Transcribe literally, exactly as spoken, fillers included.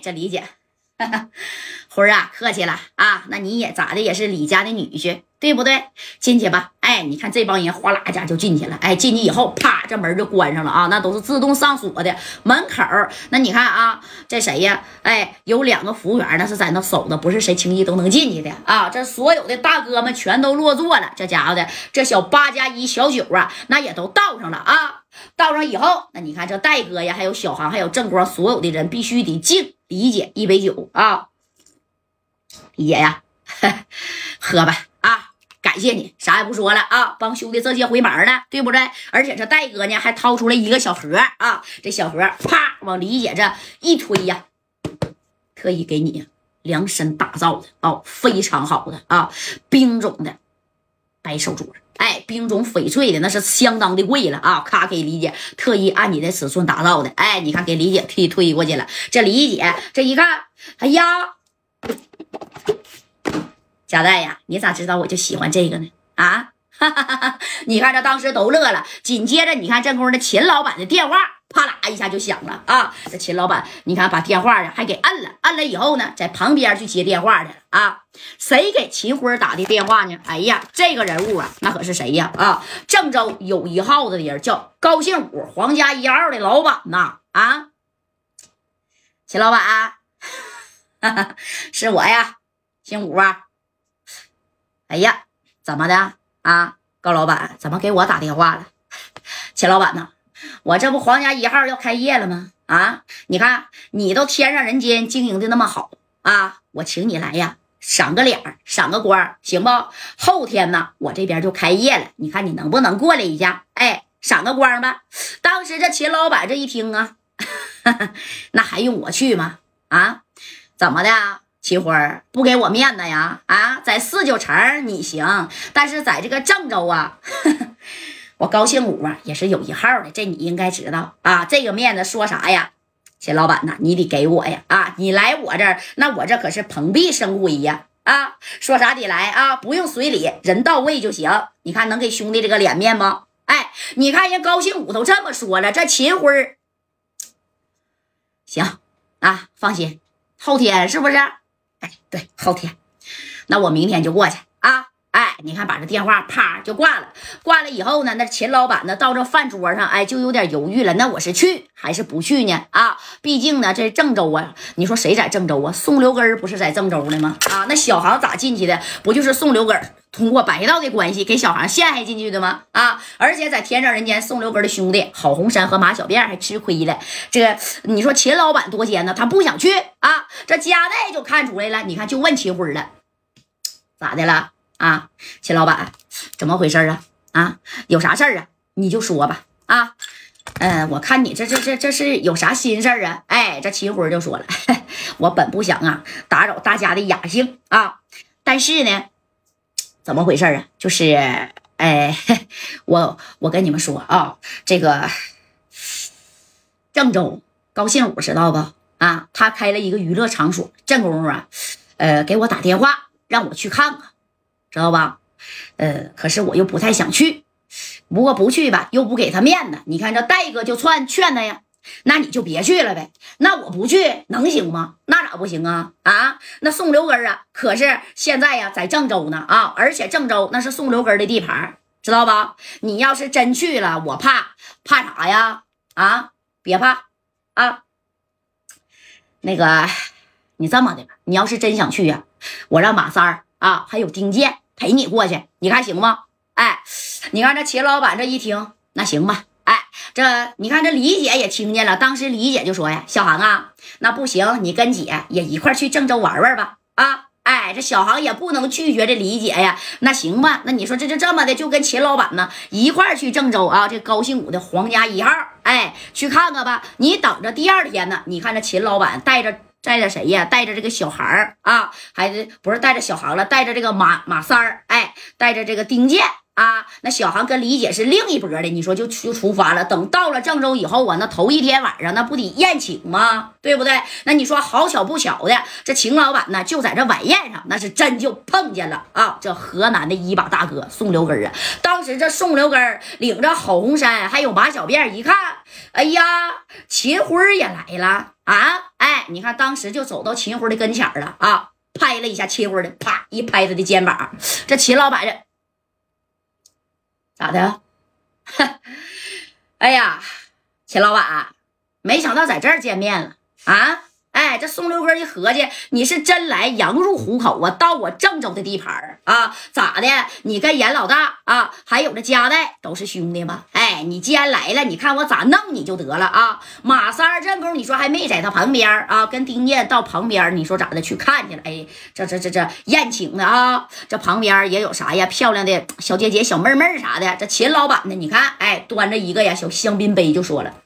这李姐，哈哈，辉儿啊，客气了啊，那你也咋的也是李家的女婿，对不对？进去吧。哎，你看这帮人哗啦一下就进去了。哎，进去以后，啪，这门就关上了啊，那都是自动上锁的门口。那你看啊，这谁呀？哎，有两个服务员那是在那守的，不是谁轻易都能进去的啊。这所有的大哥们全都落座了，这家伙的这小八加一小九啊，那也都倒上了啊。倒上以后，那你看这戴哥呀，还有小航，还有正光，所有的人必须得敬李姐一杯酒啊。李姐呀，喝吧啊！感谢你，啥也不说了啊，帮兄弟这些回忙呢，对不对？而且这戴哥呢还掏出来一个小盒啊，这小盒啪往李姐这一推呀，特意给你量身打造的哦，非常好的啊，冰种的白手镯，哎，冰种翡翠的那是相当的贵了啊！咔，给李姐特意按你的尺寸打造的，哎，你看给李姐推推过去了，这李姐这一看，哎呀！贾代呀，你咋知道我就喜欢这个呢？啊，哈哈哈哈，你看这当时都乐了。紧接着，你看这功夫的秦老板的电话啪啦一下就响了啊！这秦老板，你看把电话呀还给按了，按了以后呢，在旁边去接电话去了啊。谁给秦辉打的电话呢？哎呀，这个人物啊，那可是谁呀？啊，郑州有一号的人叫高姓武，皇家一号的老板呐！啊，秦老板、啊，哈哈，是我呀，姓武啊。哎呀，怎么的啊？高老板怎么给我打电话了？秦老板呢？我这不皇家一号要开业了吗？啊，你看你都天上人间经营的那么好啊，我请你来呀，赏个脸，赏个光，行不？后天呢，我这边就开业了，你看你能不能过来一下？哎，赏个光吧。当时这秦老板这一听啊，呵呵，那还用我去吗？啊，怎么的？齐辉不给我面子呀？啊，在四九城你行，但是在这个郑州啊，呵呵，我高姓武啊也是有一号的，这你应该知道啊。这个面子说啥呀？秦老板呐，你得给我呀！啊，你来我这儿，那我这可是蓬荜生辉呀！啊，说啥得来啊，不用随礼，人到位就行。你看能给兄弟这个脸面吗？哎，你看人高姓武都这么说了，这秦辉行啊，放心，后天是不是？哎，对，后天，那我明天就过去啊！哎，你看把这电话啪就挂了，挂了以后呢，那秦老板呢到这饭桌上，哎，就有点犹豫了。那我是去还是不去呢？啊，毕竟呢这郑州啊，你说谁在郑州啊？宋留根不是在郑州呢吗？啊，那小航咋进去的？不就是宋留根通过白道的关系给小航陷害进去的吗？啊，而且在天上人间，宋留根的兄弟郝红山和马小辫还吃亏了。这个你说秦老板多奸呢，他不想去啊。这家代就看出来了，你看就问秦辉了，咋的了？啊，秦老板，怎么回事啊？啊，有啥事儿啊？你就说吧。啊，嗯、呃，我看你这这这这是有啥心事儿啊？哎，这秦辉就说了，我本不想啊打扰大家的雅兴啊，但是呢，怎么回事啊？就是，哎，我我跟你们说啊，这个郑州高姓武知道不？啊，他开了一个娱乐场所，正宫啊，呃，给我打电话让我去看看。知道吧？呃，可是我又不太想去，不过不去吧，又不给他面子。你看这戴哥就劝劝他呀，那你就别去了呗。那我不去能行吗？那咋不行啊？啊，那宋留根啊，可是现在呀在郑州呢啊，而且郑州那是宋留根的地盘，知道吧？你要是真去了，我怕怕啥呀？啊，别怕啊。那个，你这么的吧，你要是真想去呀，我让马三儿啊，还有丁健陪你过去，你看行吗？哎，你看这秦老板这一听，那行吧。哎，这你看这李姐也听见了，当时李姐就说呀：“小航啊，那不行，你跟姐也一块去郑州玩玩吧。”啊，哎，这小航也不能拒绝这李姐呀。那行吧，那你说这就这么的，就跟秦老板呢一块去郑州啊，这高姓武的皇家一号，哎，去看看吧。你等着第二天呢，你看这秦老板带着。带着谁呀？带着这个小孩啊，还是不是带着小孩了？带着这个马马三儿，哎，带着这个丁健， 啊，那小航跟李姐是另一波的，你说就就出发了。等到了郑州以后啊，那头一天晚上那不得宴请吗？对不对？那你说好巧不巧的，这秦老板呢就在这晚宴上，那是真就碰见了啊！这河南的一把大哥宋留根啊，当时这宋留根领着郝红山还有马小辫一看，哎呀，秦辉也来了啊！哎，你看当时就走到秦辉的跟前了啊，拍了一下秦辉的，啪一拍他的肩膀，这秦老板这。咋的？哎呀，秦老板，没想到在这儿见面了啊！哎，这宋六哥一合计，你是真来羊入虎口啊，到我郑州的地盘啊？咋的？你跟严老大啊，还有这家代都是兄弟吗？哎，你既然来了，你看我咋弄你就得了啊！马三儿正宫，你说还没在他旁边啊？跟丁健到旁边，你说咋的去看去了？哎，这这这这宴请的啊，这旁边也有啥呀？漂亮的小姐姐、小妹妹啥的。这秦老板呢？你看，哎，端着一个呀小香槟杯，就说了。